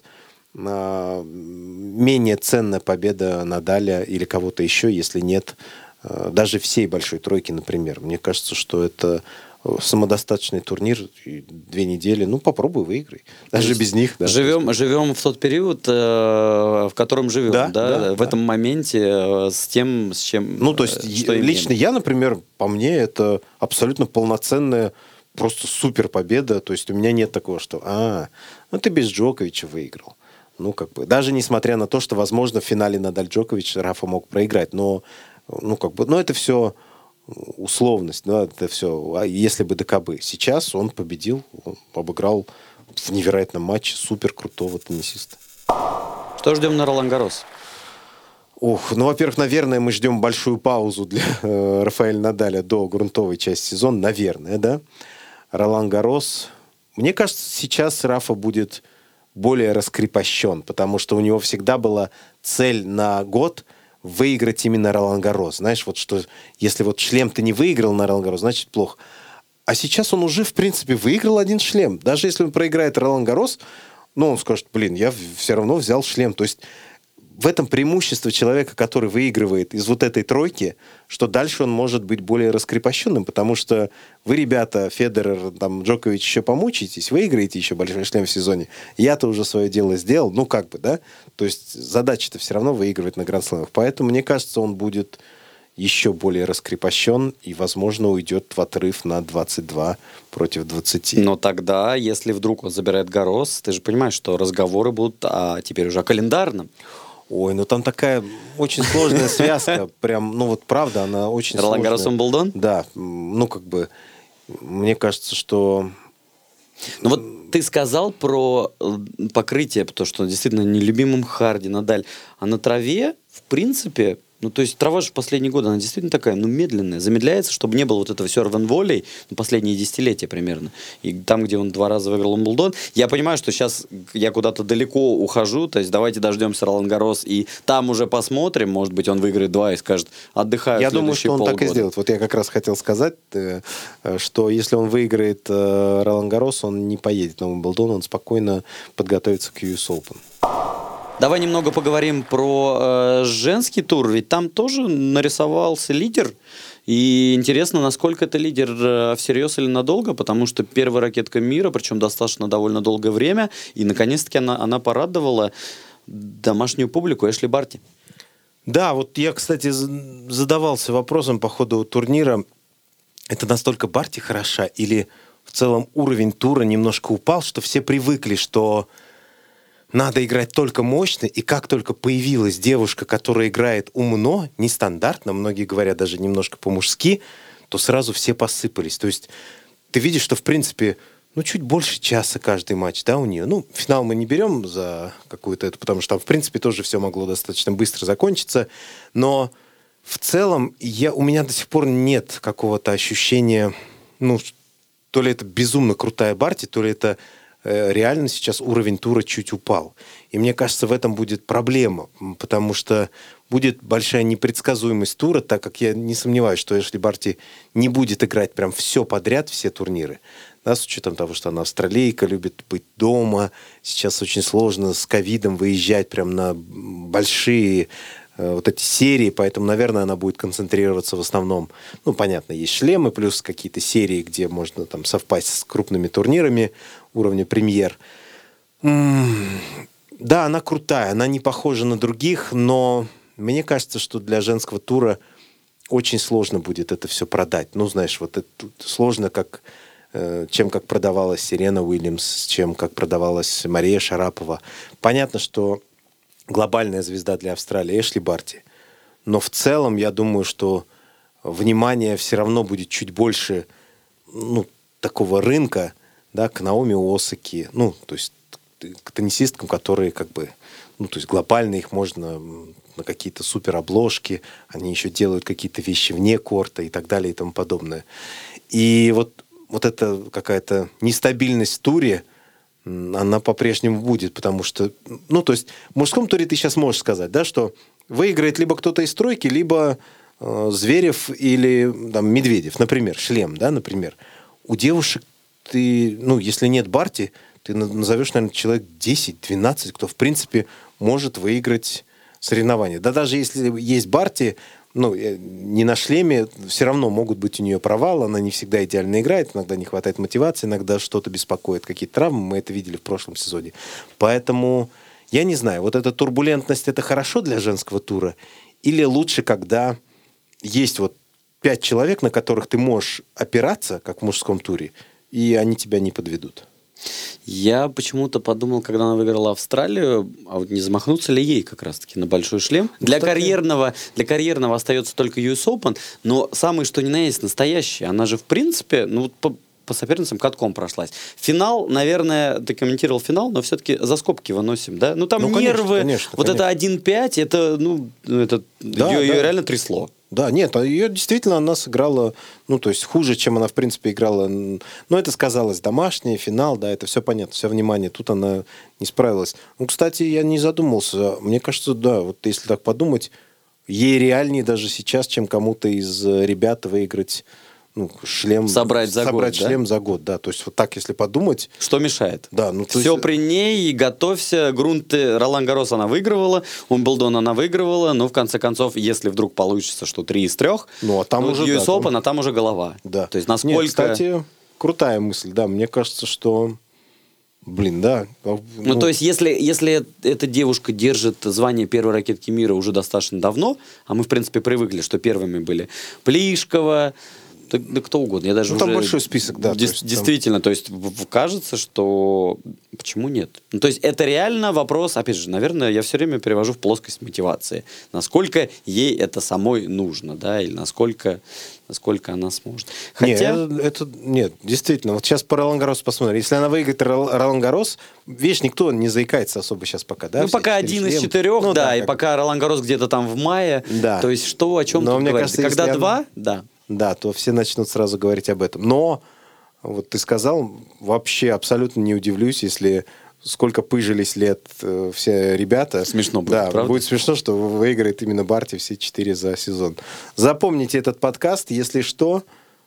[SPEAKER 3] менее ценная победа Надаля или кого-то еще, если нет даже всей большой тройки, например. Мне кажется, что это самодостаточный турнир, 2 недели, ну, попробуй, выиграй. Даже без них. Да,
[SPEAKER 2] живем в тот период, в котором живем, да, в этом моменте, с тем, с чем...
[SPEAKER 3] Ну, то есть, лично я, например, по мне, это абсолютно полноценная, просто супер победа. То есть, у меня нет такого, что, ну, ты без Джоковича выиграл. Ну, как бы, даже несмотря на то, что, возможно, в финале Надаль-Джокович Рафа мог проиграть, но, ну, как бы, ну, это все условность, да, это все, если бы ДКБ. Сейчас он победил, он обыграл в невероятном матче супер крутого теннисиста.
[SPEAKER 2] Что ждем на Ролан-Гаррос?
[SPEAKER 3] Ну, во-первых, наверное, мы ждем большую паузу для Рафаэля Надаля до грунтовой части сезона, наверное, да. Ролан-Гаррос, мне кажется, сейчас Рафа будет более раскрепощен, потому что у него всегда была цель на год выиграть именно Ролан-Гаррос. Знаешь, вот что, если вот шлем ты не выиграл на Ролан-Гаррос, значит плохо. А сейчас он уже, в принципе, выиграл один шлем. Даже если он проиграет Ролан-Гаррос, ну, он скажет, я все равно взял шлем. То есть в этом преимущество человека, который выигрывает из вот этой тройки, что дальше он может быть более раскрепощенным, потому что вы, ребята, Федерер, там, Джокович, еще помучаетесь, выиграете еще большой шлем в сезоне. Я-то уже свое дело сделал, ну, как бы, да? То есть задача-то все равно выигрывать на гранд-слэмах. Поэтому, мне кажется, он будет еще более раскрепощен и, возможно, уйдет в отрыв на 22 против 20.
[SPEAKER 2] Но тогда, если вдруг он забирает Гаррос, ты же понимаешь, что разговоры будут теперь уже о календарном.
[SPEAKER 3] Ой, ну там такая очень сложная связка. Прям, ну вот правда, она очень сложная.
[SPEAKER 2] Ролан-Гаррос Уимблдон?
[SPEAKER 3] Да, ну как бы, мне кажется, что...
[SPEAKER 2] Ну вот ты сказал про покрытие, потому что действительно нелюбимым Харди, Надаль. А на траве, в принципе... Ну, то есть трава же в последние годы, она действительно такая, медленная, замедляется, чтобы не было вот этого сервен-волей, последние десятилетия примерно. И там, где он 2 раза выиграл Уимблдон, я понимаю, что сейчас я куда-то далеко ухожу, то есть давайте дождемся Ролан-Гаррос, и там уже посмотрим, может быть, он выиграет 2 и скажет, отдыхаю
[SPEAKER 3] Я думаю, что он
[SPEAKER 2] полгода.
[SPEAKER 3] так и сделает. Вот я как раз хотел сказать, что если он выиграет Ролан-Гаррос, он не поедет на Уимблдон, он спокойно подготовится к US Open.
[SPEAKER 2] Давай немного поговорим про женский тур, ведь там тоже нарисовался лидер. И интересно, насколько это лидер всерьез или надолго, потому что первая ракетка мира, причем достаточно довольно долгое время, и наконец-таки она порадовала домашнюю публику Эшли Барти.
[SPEAKER 3] Да, вот я, кстати, задавался вопросом по ходу турнира, это настолько Барти хороша или в целом уровень тура немножко упал, что все привыкли, что... Надо играть только мощно, и как только появилась девушка, которая играет умно, нестандартно, многие говорят даже немножко по-мужски, то сразу все посыпались. То есть ты видишь, что в принципе, чуть больше часа каждый матч, да, у нее. Финал мы не берем за какую-то эту, потому что там в принципе тоже все могло достаточно быстро закончиться, но в целом у меня до сих пор нет какого-то ощущения, то ли это безумно крутая Барти, то ли это реально сейчас уровень тура чуть упал. И мне кажется, в этом будет проблема, потому что будет большая непредсказуемость тура, так как я не сомневаюсь, что Эшли Барти не будет играть прям все подряд, все турниры. Да, с учетом того, что она австралийка, любит быть дома. Сейчас очень сложно с ковидом выезжать прям на большие вот эти серии, поэтому, наверное, она будет концентрироваться в основном, понятно, есть шлемы, плюс какие-то серии, где можно там совпасть с крупными турнирами уровня премьер. Да, она крутая, она не похожа на других, но мне кажется, что для женского тура очень сложно будет это все продать. Знаешь, вот это сложно, чем как продавалась Серена Уильямс, чем как продавалась Мария Шарапова. Понятно, что глобальная звезда для Австралии Эшли Барти. Но в целом, я думаю, что внимание все равно будет чуть больше такого рынка, да, к Наоми Осаки, то есть к теннисисткам, которые то есть глобально их можно на какие-то суперобложки, они еще делают какие-то вещи вне корта и так далее и тому подобное. И вот эта какая-то нестабильность в туре, она по-прежнему будет, потому что, ну, то есть в мужском туре ты сейчас можешь сказать, да, что выиграет либо кто-то из тройки, либо Зверев или там, Медведев, например, шлем, да, например. У девушек ты, ну, если нет Барти, ты назовешь, наверное, человек 10-12, кто, в принципе, может выиграть соревнования. Да даже если есть Барти, ну, не на шлеме, все равно могут быть у нее провалы, она не всегда идеально играет, иногда не хватает мотивации, иногда что-то беспокоит, какие-то травмы, мы это видели в прошлом сезоне. Поэтому, я не знаю, вот эта турбулентность, это хорошо для женского тура, или лучше, когда есть вот 5 человек, на которых ты можешь опираться, как в мужском туре, и они тебя не подведут?
[SPEAKER 2] Я почему-то подумал, когда она выиграла Австралию, а вот не замахнуться ли ей как раз-таки на большой шлем? Для карьерного остается только US Open, но самый что ни на есть настоящий. Она же, в принципе, ну, по соперницам катком прошлась. Финал, наверное, ты комментировал финал, но все-таки за скобки выносим, да? Ну, там
[SPEAKER 3] ну,
[SPEAKER 2] нервы,
[SPEAKER 3] конечно.
[SPEAKER 2] Это 1-5, это, ну, это ее реально трясло.
[SPEAKER 3] Да, нет, ее действительно она сыграла, ну, то есть хуже, чем она, в принципе, играла. Но это сказалось домашний, финал, да, это все понятно, все внимание. Тут она не справилась. Ну, кстати, я не задумался. Мне кажется, да, вот если так подумать, ей реальнее даже сейчас, чем кому-то из ребят выиграть, ну, шлем.
[SPEAKER 2] Собрать
[SPEAKER 3] шлем,
[SPEAKER 2] да?
[SPEAKER 3] за год, да. То есть вот так, если подумать.
[SPEAKER 2] Что мешает?
[SPEAKER 3] Да, ну,
[SPEAKER 2] все есть... при ней, готовься. Грунты, Ролан Гаррос она выигрывала, Умблдон она выигрывала, но в конце концов, если вдруг получится, что 3 из 3,
[SPEAKER 3] ну, а там уже
[SPEAKER 2] US Open, а там уже голова.
[SPEAKER 3] Да.
[SPEAKER 2] То есть насколько...
[SPEAKER 3] Нет, кстати, крутая мысль, да. Мне кажется, что... Блин, да.
[SPEAKER 2] Ну, то есть, если эта девушка держит звание первой ракетки мира уже достаточно давно, а мы, в принципе, привыкли, что первыми были Плишкова, да кто угодно. Я даже
[SPEAKER 3] ну, там
[SPEAKER 2] уже
[SPEAKER 3] большой список, да.
[SPEAKER 2] Действительно, то есть кажется, что почему нет? Ну, то есть это реально вопрос, опять же, наверное, я все время перевожу в плоскость мотивации. Насколько ей это самой нужно, да, или насколько она сможет. Хотя...
[SPEAKER 3] Нет, действительно, вот сейчас по Ролан Гаррос посмотрим. Если она выиграет Ролан Гаррос, видишь, никто не заикается особо сейчас пока, да?
[SPEAKER 2] Ну, пока 1 из 4, ну, да, и пока Ролан Гаррос где-то там в мае.
[SPEAKER 3] Да.
[SPEAKER 2] То есть что, о чем тут говорить? Кажется, когда 2, да.
[SPEAKER 3] Да, то все начнут сразу говорить об этом. Но, вот ты сказал, вообще абсолютно не удивлюсь, если сколько пыжились лет все ребята.
[SPEAKER 2] Смешно будет,
[SPEAKER 3] да,
[SPEAKER 2] правда?
[SPEAKER 3] Будет смешно, что выиграет именно Барти все 4 за сезон. Запомните этот подкаст, если что,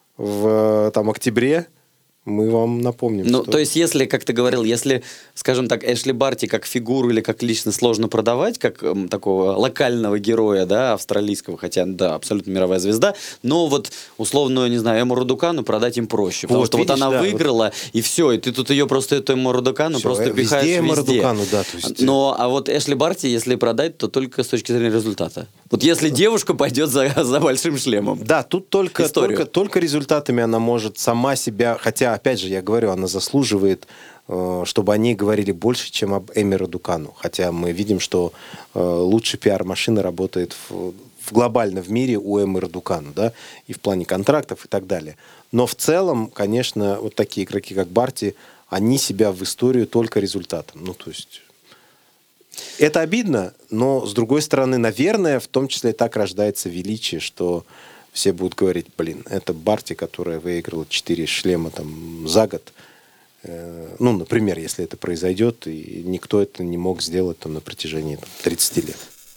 [SPEAKER 3] в октябре мы вам напомним.
[SPEAKER 2] Ну,
[SPEAKER 3] что...
[SPEAKER 2] то есть, если, как ты говорил, если, скажем так, Эшли Барти как фигуру или как личность сложно продавать, как такого локального героя, да, австралийского, хотя, да, абсолютно мировая звезда, но вот условную, не знаю, Эмму Радукану продать им проще, потому что видишь, вот она выиграла, и все, и ты тут ее просто, эту Эмму Радукану все, просто пихаешь везде.
[SPEAKER 3] Эмму Радукану, да, то есть...
[SPEAKER 2] Но, а вот Эшли Барти, если продать, то только с точки зрения результата. Вот если девушка пойдет за большим шлемом.
[SPEAKER 3] Да, тут только результатами она может сама себя, хотя, опять же, я говорю, она заслуживает, чтобы о ней говорили больше, чем об Эмме Радукану. Хотя мы видим, что лучший пиар-машина работает глобально в мире у Эммы Радукану, да, и в плане контрактов и так далее. Но в целом, конечно, вот такие игроки, как Барти, они себя в историю только результатом. Ну, то есть... Это обидно, но, с другой стороны, наверное, в том числе так рождается величие, что все будут говорить, блин, это Барти, которая выиграла 4 шлема там, за год. Ну, например, если это произойдет, и никто это не мог сделать там, на протяжении 30 лет.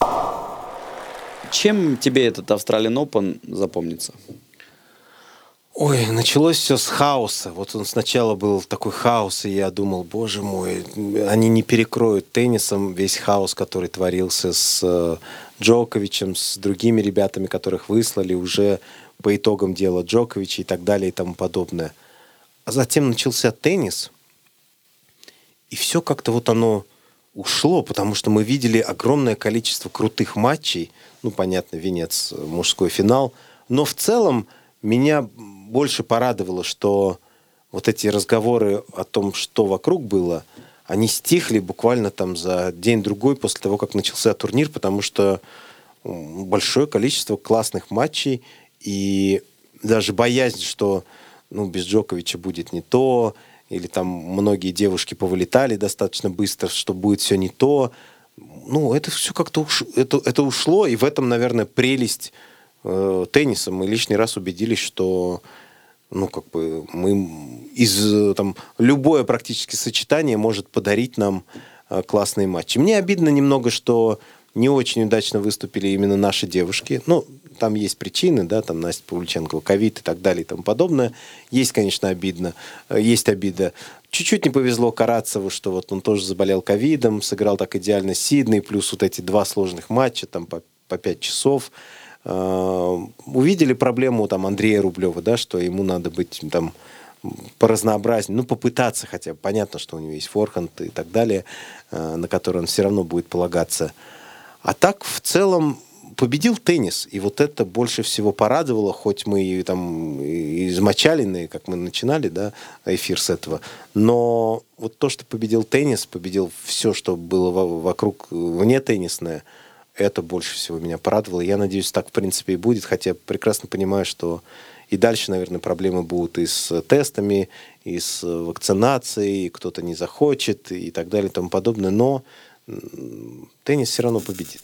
[SPEAKER 2] Чем тебе этот Australian Open запомнится?
[SPEAKER 3] Ой, началось все с хаоса. Вот он сначала был такой хаос, и я думал, боже мой, они не перекроют теннисом весь хаос, который творился с Джоковичем, с другими ребятами, которых выслали уже по итогам дела Джоковича и так далее и тому подобное. А затем начался теннис, и все как-то вот оно ушло, потому что мы видели огромное количество крутых матчей. Ну, понятно, венец, мужской финал. Но в целом меня больше порадовало, что вот эти разговоры о том, что вокруг было, они стихли буквально там за день-другой после того, как начался турнир, потому что большое количество классных матчей, и даже боязнь, что без Джоковича будет не то, или там многие девушки повылетали достаточно быстро, что будет все не то. Это все как-то это ушло, и в этом, наверное, прелесть тенниса. Мы лишний раз убедились, что ну, как бы там, любое практически сочетание может подарить нам классные матчи. Мне обидно немного, что не очень удачно выступили именно наши девушки. Ну, там есть причины, да, там Настя Павлюченкова, ковид и так далее и тому подобное. Есть, конечно, есть обида. Чуть-чуть не повезло Карацеву, что вот он тоже заболел ковидом, сыграл так идеально Сидней, плюс вот эти 2 сложных матча, там по 5 часов. Увидели проблему там Андрея Рублева, да, что ему надо быть там поразнообразнее, ну, попытаться хотя бы. Понятно, что у него есть форхенд и так далее, на который он все равно будет полагаться. А так, в целом, победил теннис. И вот это больше всего порадовало, хоть мы и там измочаленные, как мы начинали, да, эфир с этого. Но вот то, что победил теннис, победил все, что было вокруг вне теннисное, это больше всего меня порадовало. Я надеюсь, так, в принципе, и будет. Хотя прекрасно понимаю, что и дальше, наверное, проблемы будут и с тестами, и с вакцинацией, и кто-то не захочет, и так далее, и тому подобное. Но теннис все равно победит.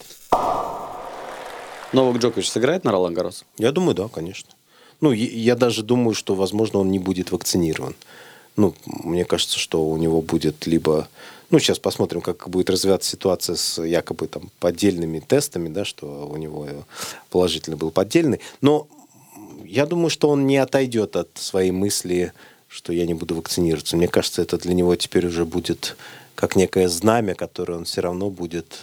[SPEAKER 2] Новак Джокович сыграет на Ролан Гаррос?
[SPEAKER 3] Я думаю, да, конечно. Ну, я даже думаю, что, возможно, он не будет вакцинирован. Ну, мне кажется, что у него будет либо... Ну, сейчас посмотрим, как будет развиваться ситуация с якобы там поддельными тестами, да, что у него положительно был поддельный. Но я думаю, что он не отойдет от своей мысли, что я не буду вакцинироваться. Мне кажется, это для него теперь уже будет как некое знамя, которое он все равно будет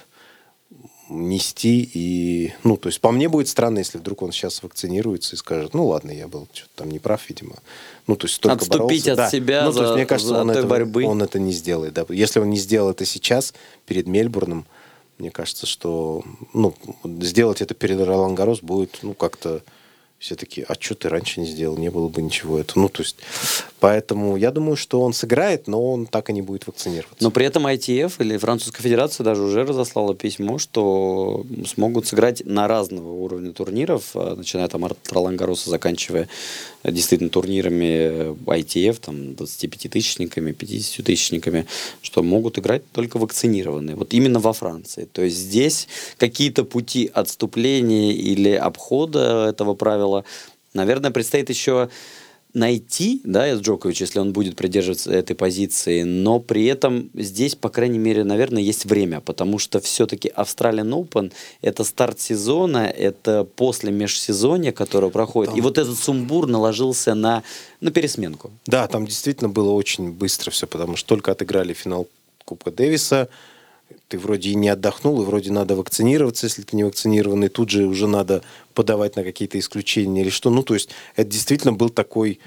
[SPEAKER 3] нести. И, ну, то есть по мне будет странно, если вдруг он сейчас вакцинируется и скажет, ну ладно, я был что-то там неправ, видимо. Ну, то есть столько
[SPEAKER 2] отступить
[SPEAKER 3] боролся.
[SPEAKER 2] от себя
[SPEAKER 3] ну, то есть, мне кажется,
[SPEAKER 2] от той борьбы.
[SPEAKER 3] Он это не сделает. Да. Если он не сделал это сейчас, перед Мельбурном, мне кажется, что ну, сделать это перед Ролан Гаррос будет ну, как-то все таки, а что ты раньше не сделал? Не было бы ничего этого. Ну, то есть, поэтому я думаю, что он сыграет, но он так и не будет вакцинироваться.
[SPEAKER 2] Но при этом ITF или Французская Федерация даже уже разослала письмо, что смогут сыграть на разного уровня турниров, начиная там от Ролан Гарроса, заканчивая действительно турнирами ITF, там 25-тысячниками, 50-тысячниками, что могут играть только вакцинированные. Вот именно во Франции. То есть здесь какие-то пути отступления или обхода этого правила, наверное, предстоит еще найти, да, Джокович, если он будет придерживаться этой позиции, но при этом здесь, по крайней мере, наверное, есть время, потому что все-таки Australian Open — это старт сезона, это после межсезонья, которое проходит, и вот этот сумбур наложился на пересменку.
[SPEAKER 3] Да, там действительно было очень быстро все, потому что только отыграли финал Кубка Дэвиса, ты вроде и не отдохнул, и вроде надо вакцинироваться, если ты не вакцинированный, тут же уже надо подавать на какие-то исключения или что. Ну, то есть это действительно был такой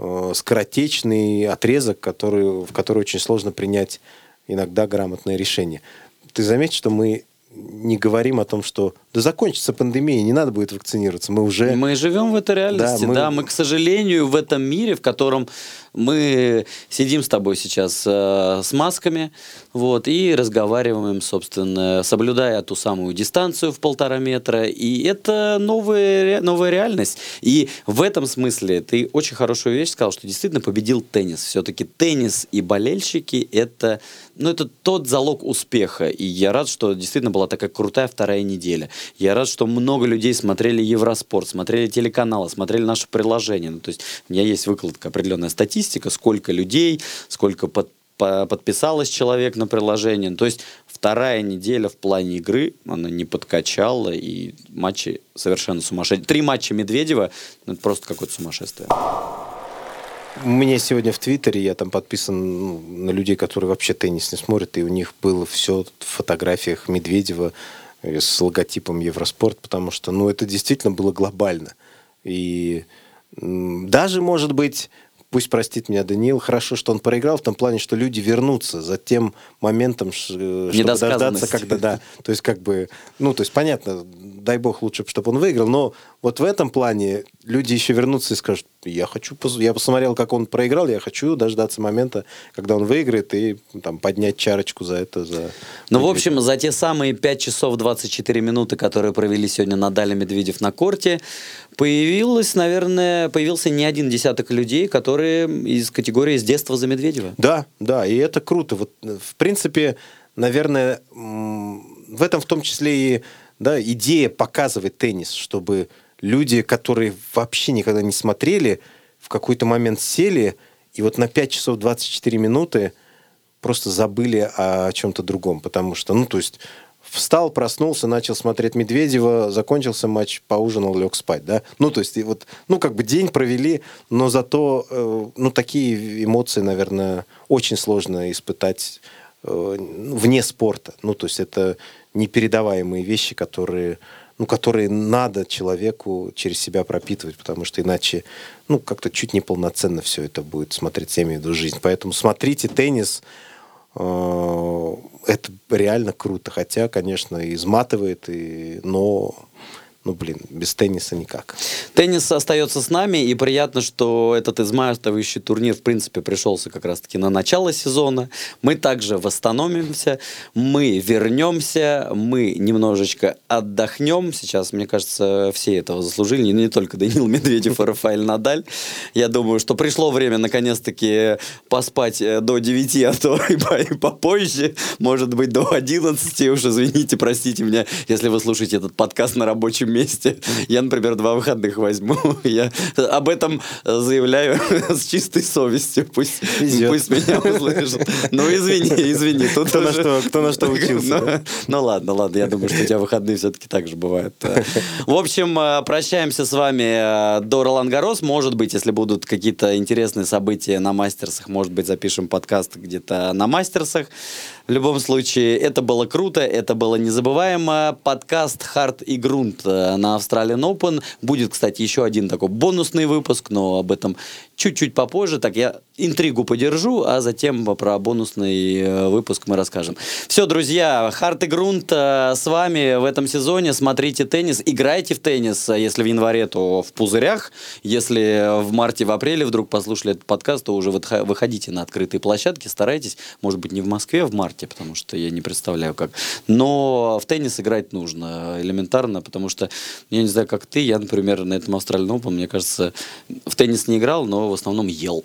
[SPEAKER 3] скоротечный отрезок, в который очень сложно принять иногда грамотное решение. Ты заметь, что мы не говорим о том, что да закончится пандемия, не надо будет вакцинироваться. Мы
[SPEAKER 2] живем в этой реальности, да, мы, к сожалению, в этом мире, в котором мы сидим с тобой сейчас с масками, вот, и разговариваем, собственно, соблюдая ту самую дистанцию в 1,5 метра, и это новая реальность. И в этом смысле ты очень хорошую вещь сказал, что действительно победил теннис. Все-таки теннис и болельщики — это тот залог успеха. И я рад, что действительно была такая крутая 2-я неделя. Я рад, что много людей смотрели Евроспорт, смотрели телеканалы, смотрели наше приложение. Ну, то есть у меня есть выкладка, определенная статистика, сколько людей, сколько подписалось человек на приложение. То есть 2-я неделя в плане игры, она не подкачала, и матчи совершенно сумасшедшие. 3 матча Медведева, это просто какое-то сумасшествие.
[SPEAKER 3] У меня сегодня в Твиттере, я там подписан на людей, которые вообще теннис не смотрят, и у них было все в фотографиях Медведева с логотипом Евроспорт, потому что, это действительно было глобально. И даже, может быть, пусть простит меня Даниил, хорошо, что он проиграл в том плане, что люди вернутся за тем моментом, чтобы дождаться, когда, да, то есть понятно, дай бог лучше, чтобы он выиграл, но вот в этом плане люди еще вернутся и скажут, я посмотрел, как он проиграл, я хочу дождаться момента, когда он выиграет, и там поднять чарочку за это.
[SPEAKER 2] В общем, за те самые 5 часов 24 минуты, которые провели сегодня Надаль и Медведев на корте, появился не один десяток людей, которые из категории «с детства за Медведева».
[SPEAKER 3] Да, и это круто. Вот, в принципе, наверное, в этом в том числе и идея показывать теннис, чтобы люди, которые вообще никогда не смотрели, в какой-то момент сели, и вот на 5 часов 24 минуты просто забыли о чем-то другом. Потому что, ну, то есть, встал, проснулся, начал смотреть Медведева, закончился матч, поужинал, лег спать, да? Ну, то есть, и вот, ну, как бы день провели, но зато, ну, такие эмоции, наверное, очень сложно испытать вне спорта. Ну, то есть, это непередаваемые вещи, которые надо человеку через себя пропитывать, потому что иначе, ну, как-то чуть неполноценно все это будет смотреть, я имею в виду жизнь. Поэтому смотрите теннис, это реально круто. Хотя, конечно, изматывает, но, ну, блин, без тенниса никак.
[SPEAKER 2] Теннис остается с нами, и приятно, что этот изматывающий турнир, в принципе, пришелся как раз-таки на начало сезона. Мы также восстановимся, мы вернемся, мы немножечко отдохнем. Сейчас, мне кажется, все этого заслужили, не только Даниил Медведев и Рафаэль Надаль. Я думаю, что пришло время, наконец-таки, поспать до 9, а то и попозже, может быть, до 11. Уж извините, простите меня, если вы слушаете этот подкаст на рабочем месте. Я, например, 2 выходных возьму. Я об этом заявляю с чистой совестью. Пусть меня услышат. Ну, извини. Тут
[SPEAKER 3] кто на что учился.
[SPEAKER 2] Ну, ладно. Я думаю, что у тебя выходные все-таки так же бывают. В общем, прощаемся с вами до Ролан-Гаррос. Может быть, если будут какие-то интересные события на мастерсах, может быть, запишем подкаст где-то на мастерсах. В любом случае, это было круто, это было незабываемо. Подкаст «Харт и Грунт» на Australian Open. Будет, кстати, еще один такой бонусный выпуск, но об этом чуть-чуть попозже. Так, я интригу подержу, а затем про бонусный выпуск мы расскажем. Все, друзья, «Харт и Грунт» с вами в этом сезоне. Смотрите теннис, играйте в теннис. Если в январе, то в пузырях. Если в марте, в апреле вдруг послушали этот подкаст, то уже выходите на открытые площадки, старайтесь. Может быть, не в Москве, а в марте, потому что я не представляю, как. Но в теннис играть нужно элементарно, потому что, я не знаю, как ты, я, например, на этом Australian Open, мне кажется, в теннис не играл, но в основном ел.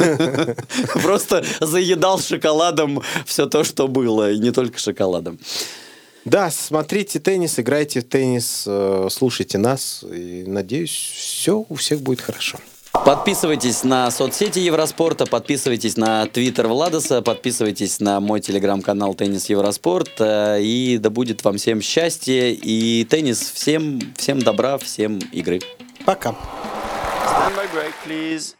[SPEAKER 2] Просто заедал шоколадом все то, что было, и не только шоколадом.
[SPEAKER 3] Да, смотрите теннис, играйте в теннис, слушайте нас, и, надеюсь, все у всех будет хорошо.
[SPEAKER 2] Подписывайтесь на соцсети Евроспорта, подписывайтесь на твиттер Владоса, подписывайтесь на мой телеграм-канал «Теннис Евроспорт», и да будет вам всем счастья и теннис. Всем добра, всем игры.
[SPEAKER 3] Пока.
[SPEAKER 1] Stand by break, please.